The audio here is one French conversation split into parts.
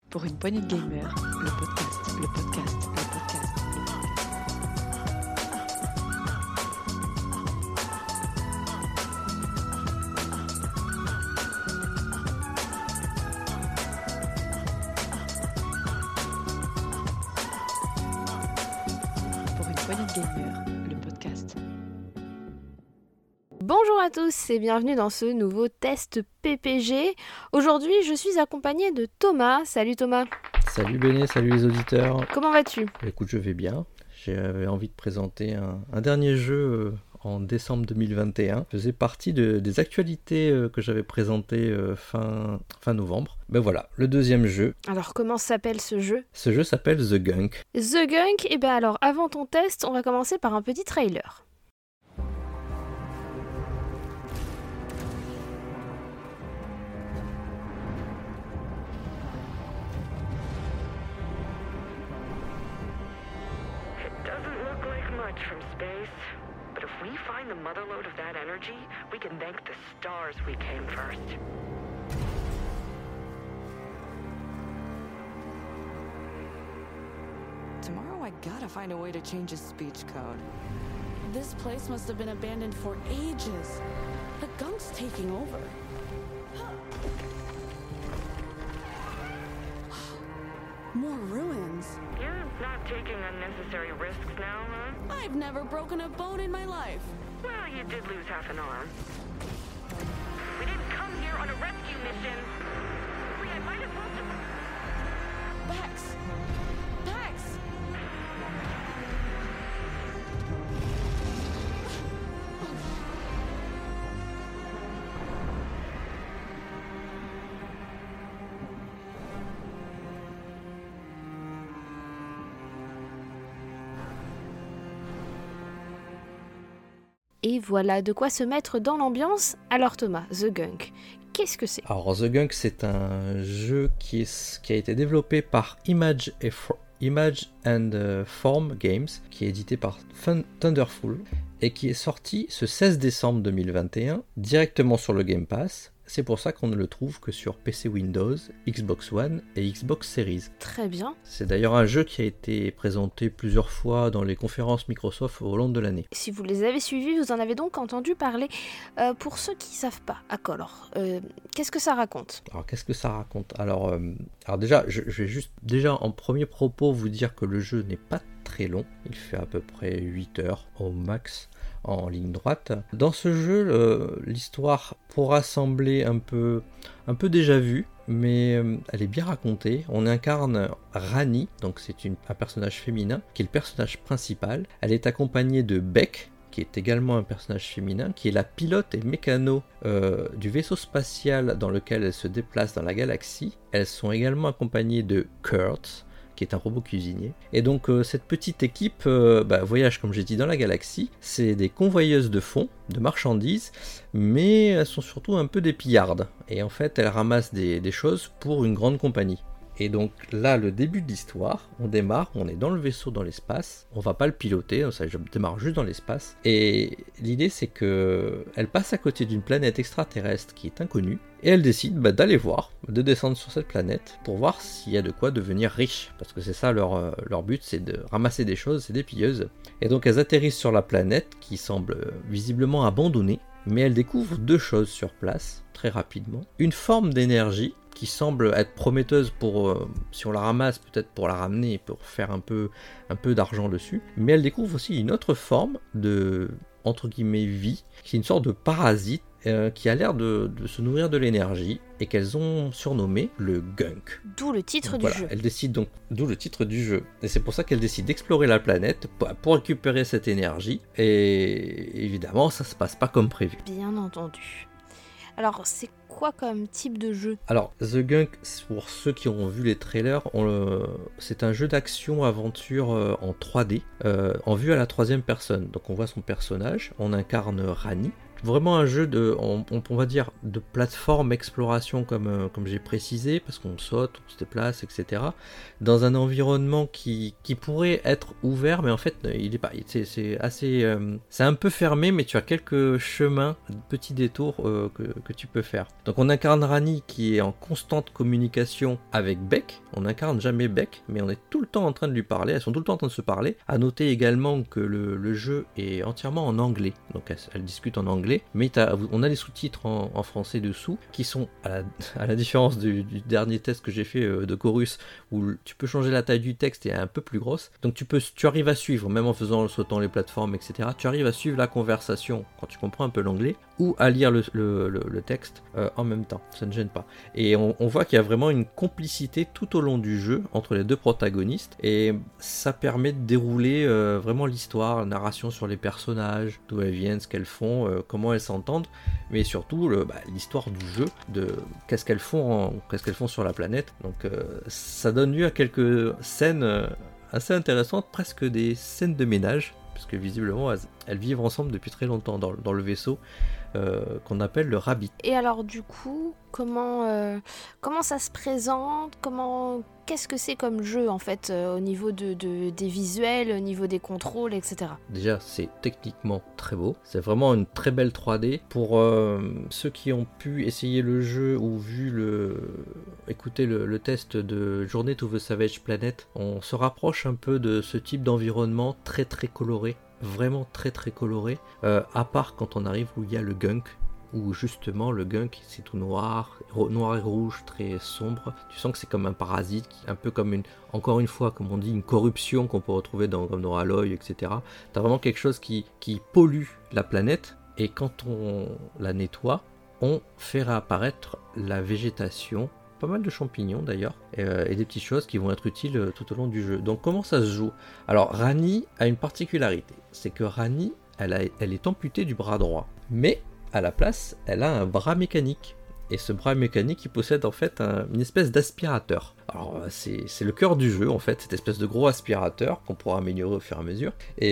Pour une poignée de gamers, le podcast, le podcast, le podcast, le podcast. Pour une poignée de gamers, le podcast. Bonjour à tous et bienvenue dans ce nouveau test PPG. Aujourd'hui, je suis accompagnée de Thomas. Salut Thomas. Salut Béné, salut les auditeurs. Comment vas-tu ? Écoute, je vais bien. J'avais envie de présenter un dernier jeu en décembre 2021. Ça faisait partie des actualités que j'avais présentées fin novembre. Ben voilà, le deuxième jeu. Alors, comment s'appelle ce jeu ? Ce jeu s'appelle The Gunk. The Gunk, et bien alors, avant ton test, on va commencer par un petit trailer. From space, but if we find the motherlode of that energy, we can thank the stars we came first. Tomorrow I gotta find a way to change his speech code. This place must have been abandoned for ages. The gunk's taking over. More ruins. You're not taking unnecessary risks now, huh? I've never broken a bone in my life. Well, you did lose half an arm. We didn't come here on a rescue mission. I might as well just... Bex! Bex! Et voilà de quoi se mettre dans l'ambiance. Alors Thomas, The Gunk, qu'est-ce que c'est ? Alors The Gunk, c'est un jeu qui a été développé par Image and Form Games, qui est édité par Thunderful et qui est sorti ce 16 décembre 2021 directement sur le Game Pass. C'est pour ça qu'on ne le trouve que sur PC Windows, Xbox One et Xbox Series. Très bien. C'est d'ailleurs un jeu qui a été présenté plusieurs fois dans les conférences Microsoft au long de l'année. Si vous les avez suivis, vous en avez donc entendu parler. Pour ceux qui ne savent pas, alors, qu'est-ce que ça raconte ? Alors qu'est-ce que ça raconte ? Alors déjà, je vais juste déjà en premier propos vous dire que le jeu n'est pas très long. Il fait à peu près 8 heures au max en ligne droite. Dans ce jeu, l'histoire pourra sembler un peu déjà vue, mais elle est bien racontée. On incarne Rani, donc c'est un personnage féminin, qui est le personnage principal. Elle est accompagnée de Beck, qui est également un personnage féminin, qui est la pilote et mécano du vaisseau spatial dans lequel elle se déplace dans la galaxie. Elles sont également accompagnées de Kurt, qui est un robot cuisinier. Et donc cette petite équipe voyage, comme j'ai dit, dans la galaxie. C'est des convoyeuses de fonds, de marchandises, mais elles sont surtout un peu des pillardes. Et en fait, elles ramassent des choses pour une grande compagnie. Et donc là, le début de l'histoire, on démarre, on est dans le vaisseau dans l'espace, on va pas le piloter, ça démarre juste dans l'espace, et l'idée c'est que elle passe à côté d'une planète extraterrestre qui est inconnue, et elle décide d'aller voir, de descendre sur cette planète, pour voir s'il y a de quoi devenir riche, parce que c'est ça leur but, c'est de ramasser des choses, c'est des pilleuses. Et donc elles atterrissent sur la planète, qui semble visiblement abandonnée, mais elles découvrent deux choses sur place, très rapidement. Une forme d'énergie, qui semble être prometteuse pour, si on la ramasse, peut-être pour la ramener et pour faire un peu d'argent dessus. Mais elle découvre aussi une autre forme de, entre guillemets, vie, qui est une sorte de parasite qui a l'air de se nourrir de l'énergie et qu'elles ont surnommé le Gunk. D'où le titre donc, du voilà, jeu. Elle décide donc, d'où le titre du jeu. Et c'est pour ça qu'elle décide d'explorer la planète pour récupérer cette énergie. Et évidemment, ça se passe pas comme prévu. Bien entendu. Alors, c'est quoi comme type de jeu ? Alors, The Gunk, pour ceux qui ont vu les trailers, c'est un jeu d'action-aventure en 3D, en vue à la troisième personne. Donc on voit son personnage, on incarne Rani. vraiment un jeu on va dire de plateforme exploration comme j'ai précisé, parce qu'on saute, on se déplace, etc. Dans un environnement qui pourrait être ouvert, mais en fait il est pas. C'est assez, c'est un peu fermé, mais tu as quelques chemins, petits détours que tu peux faire. Donc on incarne Rani qui est en constante communication avec Beck. On n'incarne jamais Beck, mais on est tout le temps en train de lui parler. Elles sont tout le temps en train de se parler. À noter également que le jeu est entièrement en anglais, donc elles discutent en anglais, mais on a les sous-titres en français dessous, qui sont, à la différence du dernier test que j'ai fait de Chorus, où tu peux changer la taille du texte et elle est un peu plus grosse, donc tu arrives à suivre, même en sautant les plateformes, etc., tu arrives à suivre la conversation quand tu comprends un peu l'anglais, ou à lire le texte en même temps, ça ne gêne pas. Et on voit qu'il y a vraiment une complicité tout au long du jeu entre les deux protagonistes, et ça permet de dérouler vraiment l'histoire, la narration sur les personnages, d'où elles viennent, ce qu'elles font, comment elles s'entendent, mais surtout l'histoire du jeu, de qu'est-ce qu'elles font sur la planète. Donc ça donne lieu à quelques scènes assez intéressantes, presque des scènes de ménage, parce que visiblement elles vivent ensemble depuis très longtemps dans le vaisseau qu'on appelle le Rabbit. Et alors du coup, comment ça se présente, qu'est-ce que c'est comme jeu en fait au niveau des visuels, au niveau des contrôles, etc. Déjà, c'est techniquement très beau, c'est vraiment une très belle 3D. Pour ceux qui ont pu essayer le jeu ou écouter le test de Journey to the Savage Planet, on se rapproche un peu de ce type d'environnement très très coloré, vraiment très très coloré, à part quand on arrive où il y a le gunk, où justement le gunk c'est tout noir et rouge, très sombre. Tu sens que c'est comme un parasite, un peu comme encore une fois, comme on dit, une corruption qu'on peut retrouver comme dans Aloy, etc. T'as vraiment quelque chose qui pollue la planète, et quand on la nettoie, on fait réapparaître la végétation, pas mal de champignons d'ailleurs, et des petites choses qui vont être utiles tout au long du jeu. Donc comment ça se joue? Alors Rani a une particularité, c'est que Rani, elle est amputée du bras droit, mais à la place, elle a un bras mécanique. Et ce bras mécanique, il possède en fait une espèce d'aspirateur. Alors c'est le cœur du jeu en fait, cette espèce de gros aspirateur qu'on pourra améliorer au fur et à mesure. Et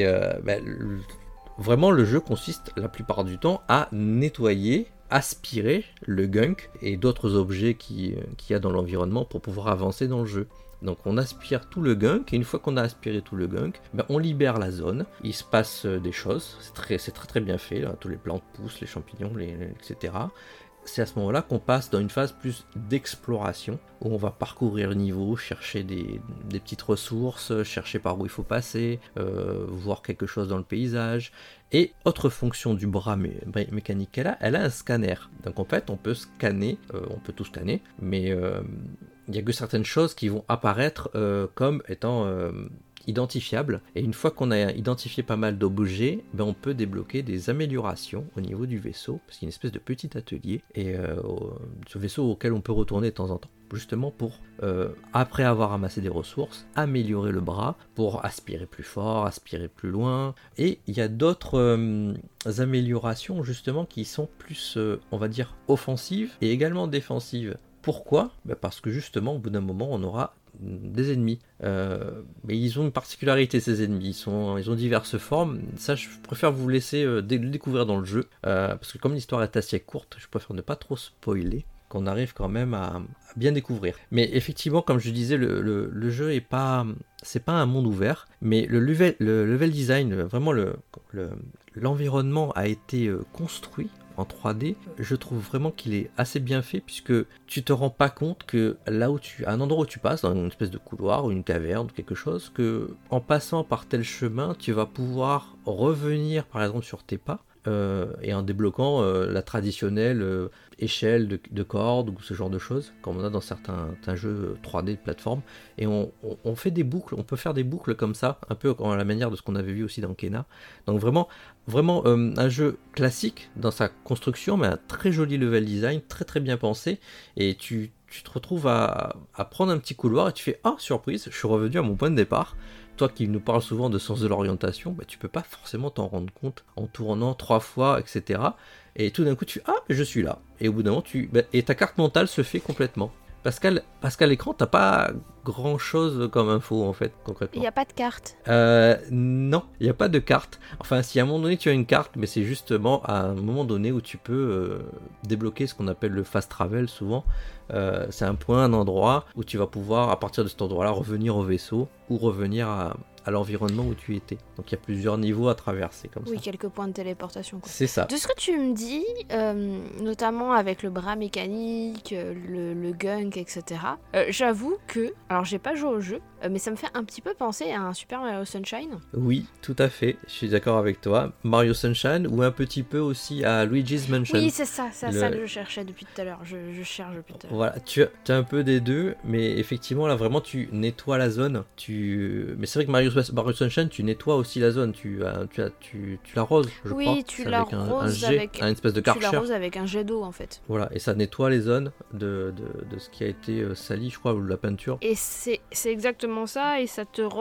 vraiment le jeu consiste la plupart du temps à nettoyer, aspirer le gunk et d'autres objets qu'il y a dans l'environnement pour pouvoir avancer dans le jeu. Donc on aspire tout le gunk, et une fois qu'on a aspiré tout le gunk, on libère la zone, il se passe des choses, c'est très très bien fait, là, tous les plantes poussent, les champignons, etc. C'est à ce moment-là qu'on passe dans une phase plus d'exploration, où on va parcourir le niveau, chercher des petites ressources, chercher par où il faut passer, voir quelque chose dans le paysage. Et autre fonction du bras mécanique qu'elle a un scanner. Donc en fait on peut scanner, on peut tout scanner, mais il n'y a que certaines choses qui vont apparaître comme étant identifiables. Et une fois qu'on a identifié pas mal d'objets, on peut débloquer des améliorations au niveau du vaisseau, parce qu'il y a une espèce de petit atelier, et ce vaisseau auquel on peut retourner de temps en temps, justement pour, après avoir amassé des ressources, améliorer le bras pour aspirer plus fort, aspirer plus loin. Et il y a d'autres améliorations justement qui sont plus, on va dire, offensives et également défensives. Pourquoi ? Parce que justement, au bout d'un moment, on aura des ennemis. Mais ils ont une particularité, ces ennemis. Ils ont diverses formes. Ça, je préfère vous laisser le découvrir dans le jeu. Parce que comme l'histoire est assez courte, je préfère ne pas trop spoiler, qu'on arrive quand même à bien découvrir. Mais effectivement, comme je disais, le jeu est pas... C'est pas un monde ouvert, mais le level design, vraiment l'environnement a été construit en 3D, je trouve vraiment qu'il est assez bien fait, puisque tu te rends pas compte que là où à un endroit où tu passes, dans une espèce de couloir ou une caverne ou quelque chose, que en passant par tel chemin, tu vas pouvoir revenir par exemple sur tes pas, et en débloquant la traditionnelle échelle de cordes ou ce genre de choses, comme on a dans certains jeux 3D de plateforme. Et on fait des boucles, on peut faire des boucles comme ça, un peu à la manière de ce qu'on avait vu aussi dans Kena. Donc vraiment un jeu classique dans sa construction, mais un très joli level design, très très bien pensé, et tu te retrouves à prendre un petit couloir et tu fais « Ah, surprise, je suis revenu à mon point de départ ». Toi qui nous parles souvent de sens de l'orientation, tu peux pas forcément t'en rendre compte en tournant 3 fois, etc. Et tout d'un coup tu fais « Ah, je suis là ». Et au bout d'un moment, et ta carte mentale se fait complètement. Parce qu'à l'écran, t'as pas grand chose comme info en fait, Il concrètement. n'y a pas de carte. Non, il n'y a pas de carte. Enfin, si à un moment donné tu as une carte, mais c'est justement à un moment donné où tu peux débloquer ce qu'on appelle le fast travel souvent. C'est un point, un endroit où tu vas pouvoir, à partir de cet endroit-là, revenir au vaisseau ou revenir à l'environnement où tu étais. Donc il y a plusieurs niveaux à traverser comme Oui, ça. quelques points de téléportation, quoi. C'est ça. De ce que tu me dis, notamment avec le bras mécanique, le gunk, etc., j'avoue que, alors j'ai pas joué au jeu, mais ça me fait un petit peu penser à un Super Mario Sunshine. Oui, tout à fait. Je suis d'accord avec toi. Mario Sunshine ou un petit peu aussi à Luigi's Mansion. Oui, c'est ça, c'est Le- ça que je cherchais depuis tout à l'heure. Je cherche depuis tout à l'heure. Voilà, tu as un peu des deux, mais effectivement là vraiment tu nettoies la zone. Mais c'est vrai que Mario Sunshine, tu nettoies aussi la zone. Tu l'arroses, je Oui, crois. tu C'est l'arroses jet, avec- un espèce de Tu karcher. l'arroses avec un jet d'eau en fait. Voilà, et ça nettoie les zones de ce qui a été sali, je crois, ou de la peinture. Et c'est exactement ça, et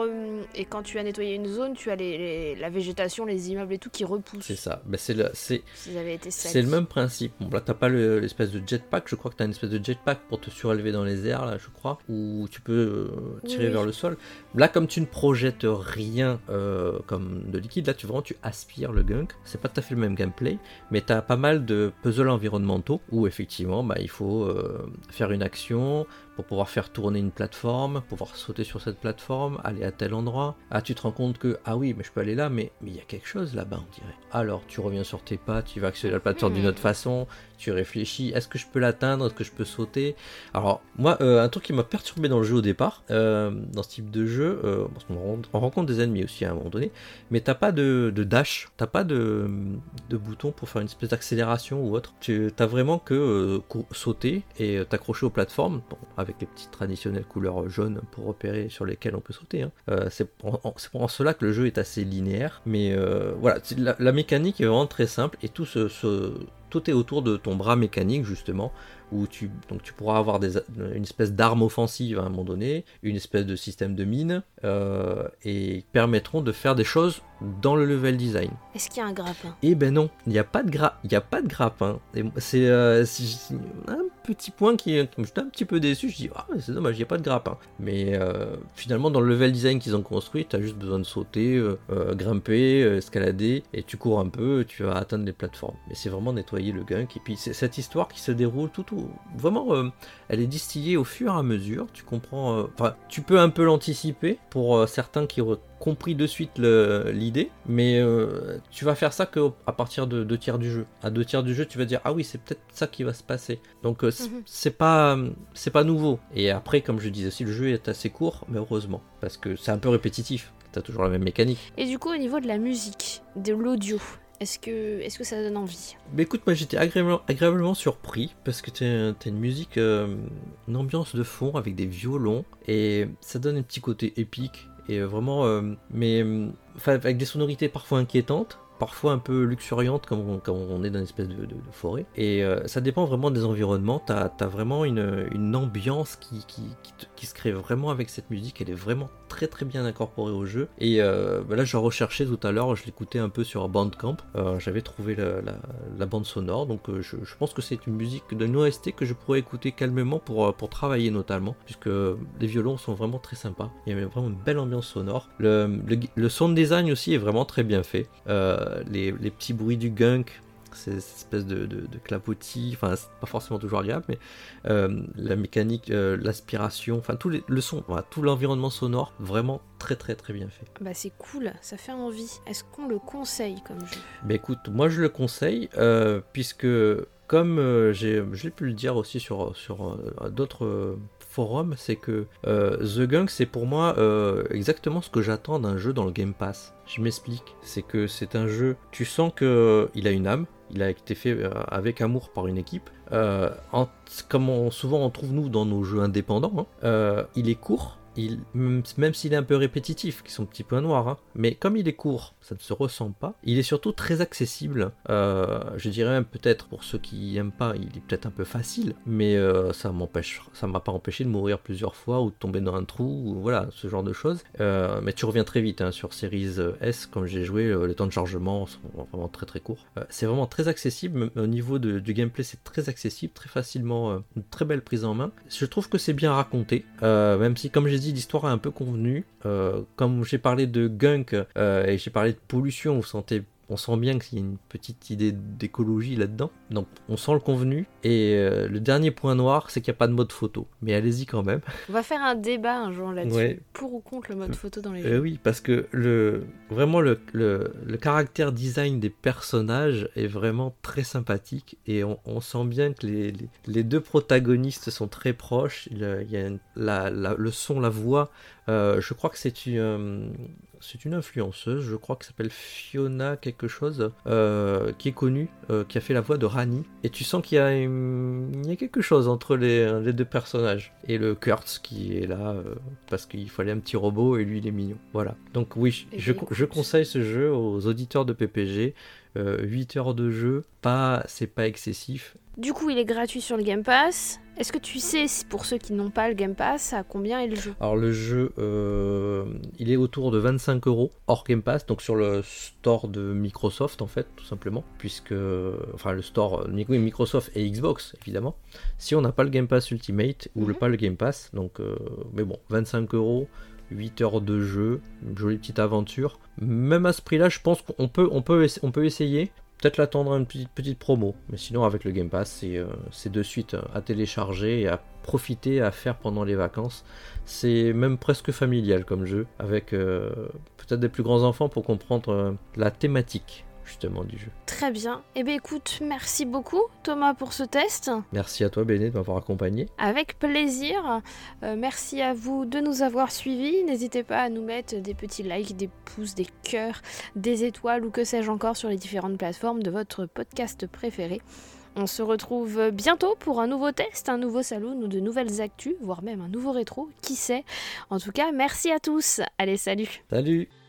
et quand tu as nettoyé une zone, tu as la végétation, les immeubles et tout qui repoussent. C'est ça. Ben, S'ils avaient été salis. c'est le même principe. Bon, là, t'as pas l'espèce de jetpack. Je crois que t'as une espèce de jetpack pour te surélever dans les airs, là, je crois. Ou tu peux tirer Oui. vers le sol. Là, comme tu ne projettes rien comme de liquide, là, tu aspires le gunk. C'est pas tout à fait le même gameplay. Mais t'as pas mal de puzzles environnementaux où, effectivement, bah, il faut faire une action pour pouvoir faire tourner une plateforme, pouvoir sauter sur cette plateforme, aller à tel endroit. Ah, tu te rends compte que, ah oui, mais je peux aller là, mais il y a quelque chose là-bas, on dirait. Alors, tu reviens sur tes pas, tu vas accéder à la plateforme d'une autre façon, tu réfléchis, est-ce que je peux l'atteindre, est-ce que je peux sauter? Alors, moi, un truc qui m'a perturbé dans le jeu au départ, dans ce type de jeu, parce qu'on rencontre des ennemis aussi à un moment donné, mais t'as pas de dash, t'as pas de bouton pour faire une espèce d'accélération ou autre. Tu as vraiment que sauter et t'accrocher aux plateformes, bon, avec les petites traditionnelles couleurs jaunes pour repérer sur lesquelles on peut sauter. Hein. C'est en cela que le jeu est assez linéaire, mais voilà, la mécanique est vraiment très simple et tout est autour de ton bras mécanique justement, où tu pourras avoir une espèce d'arme offensive à un moment donné, une espèce de système de mine, et permettront de faire des choses dans le level design. Est-ce qu'il y a un grappin? Eh ben non, il n'y a pas de grappin. Et c'est un petit point qui me j'étais un petit peu déçu. Je dis ah c'est dommage, il n'y a pas de grappin. Mais finalement dans le level design qu'ils ont construit, tu as juste besoin de sauter, grimper, escalader, et tu cours un peu, tu vas atteindre les plateformes. Mais c'est vraiment nettoyer le gunk. Et puis c'est cette histoire qui se déroule vraiment, elle est distillée au fur et à mesure. Tu comprends, tu peux un peu l'anticiper pour certains qui auraient compris de suite l'idée, mais tu vas faire ça qu'à partir de 2 tiers du jeu. À 2 tiers du jeu, tu vas dire ah oui, c'est peut-être ça qui va se passer. Donc c'est pas nouveau. Et après, comme je disais aussi, le jeu est assez court, mais heureusement, parce que c'est un peu répétitif. T'as toujours la même mécanique. Et du coup, au niveau de la musique, de l'audio, est-ce que ça donne envie? Mais écoute, moi j'étais agréablement surpris parce que t'as une musique, une ambiance de fond avec des violons et ça donne un petit côté épique et vraiment, avec des sonorités parfois inquiétantes, parfois un peu luxuriantes quand on est dans une espèce de forêt. Et ça dépend vraiment des environnements. T'as vraiment une ambiance qui se crée vraiment avec cette musique. Elle est vraiment très très bien incorporée au jeu. Et là je recherchais tout à l'heure, je l'écoutais un peu sur Bandcamp. J'avais trouvé la bande sonore. Donc je pense que c'est une musique d'une OST que je pourrais écouter calmement pour travailler notamment. Puisque les violons sont vraiment très sympas. Il y a vraiment une belle ambiance sonore. Le sound design aussi est vraiment très bien fait. Les petits bruits du gunk, cette espèce de clapotis, enfin c'est pas forcément toujours agréable, mais la mécanique, l'aspiration, enfin le son, voilà, tout l'environnement sonore, vraiment très très très bien fait. Bah c'est cool, ça fait envie. Est-ce qu'on le conseille comme jeu? Bah écoute, moi je le conseille, puisque comme je l'ai pu le dire aussi sur d'autres forum, c'est que The Gunk, c'est pour moi exactement ce que j'attends d'un jeu dans le Game Pass. Je m'explique, c'est que c'est un jeu, tu sens qu'il a une âme, il a été fait avec amour par une équipe, comme souvent on trouve nous dans nos jeux indépendants, hein. Il est court, même s'il est un peu répétitif, qui sont petits points noirs, hein, mais comme il est court, ça ne se ressent pas. Il est surtout très accessible. Je dirais même peut-être pour ceux qui n'aiment pas, il est peut-être un peu facile, mais ça m'a pas empêché de mourir plusieurs fois ou de tomber dans un trou, ou voilà, ce genre de choses. Mais tu reviens très vite hein, sur Series S, comme j'ai joué, les temps de chargement sont vraiment très très courts. C'est vraiment très accessible, au niveau du gameplay c'est très accessible, très facilement, une très belle prise en main. Je trouve que c'est bien raconté, même si comme j'ai dit l'histoire est un peu convenue. Comme j'ai parlé de gunk et j'ai parlé de pollution, on sent bien qu'il y a une petite idée d'écologie là-dedans. Donc on sent le convenu. Et le dernier point noir, c'est qu'il n'y a pas de mode photo. Mais allez-y quand même. On va faire un débat un jour là-dessus. Ouais. Pour ou contre le mode photo dans les jeux. Oui, parce que vraiment le caractère design des personnages est vraiment très sympathique. Et on sent bien que les deux protagonistes sont très proches. Il y a le son, la voix. Je crois que c'est une influenceuse, je crois, qui s'appelle Fiona quelque chose, qui est connue, qui a fait la voix de Rani. Et tu sens qu'il y a quelque chose entre les deux personnages. Et le Kurtz qui est là parce qu'il fallait un petit robot et lui il est mignon. Voilà. Donc oui, je conseille ce jeu aux auditeurs de PPG. 8 heures de jeu, c'est pas excessif. Du coup, il est gratuit sur le Game Pass. Est-ce que tu sais, pour ceux qui n'ont pas le Game Pass, à combien est le jeu ? Alors le jeu, il est autour de 25 € hors Game Pass, donc sur le store de Microsoft en fait, tout simplement, puisque, enfin le store Microsoft et Xbox évidemment, si on n'a pas le Game Pass Ultimate ou pas le Game Pass, donc, mais bon, 25 €, 8 heures de jeu, une jolie petite aventure. Même à ce prix-là, je pense qu'on peut essayer. Peut-être l'attendre à une petite promo. Mais sinon, avec le Game Pass, c'est de suite à télécharger et à profiter, à faire pendant les vacances. C'est même presque familial comme jeu, avec peut-être des plus grands enfants pour comprendre la thématique justement du jeu. Très bien. Eh bien écoute, merci beaucoup Thomas pour ce test. Merci à toi Béné de m'avoir accompagné. Avec plaisir. Merci à vous de nous avoir suivis. N'hésitez pas à nous mettre des petits likes, des pouces, des cœurs, des étoiles ou que sais-je encore sur les différentes plateformes de votre podcast préféré. On se retrouve bientôt pour un nouveau test, un nouveau saloon ou de nouvelles actus, voire même un nouveau rétro, qui sait. En tout cas, merci à tous. Allez, salut. Salut.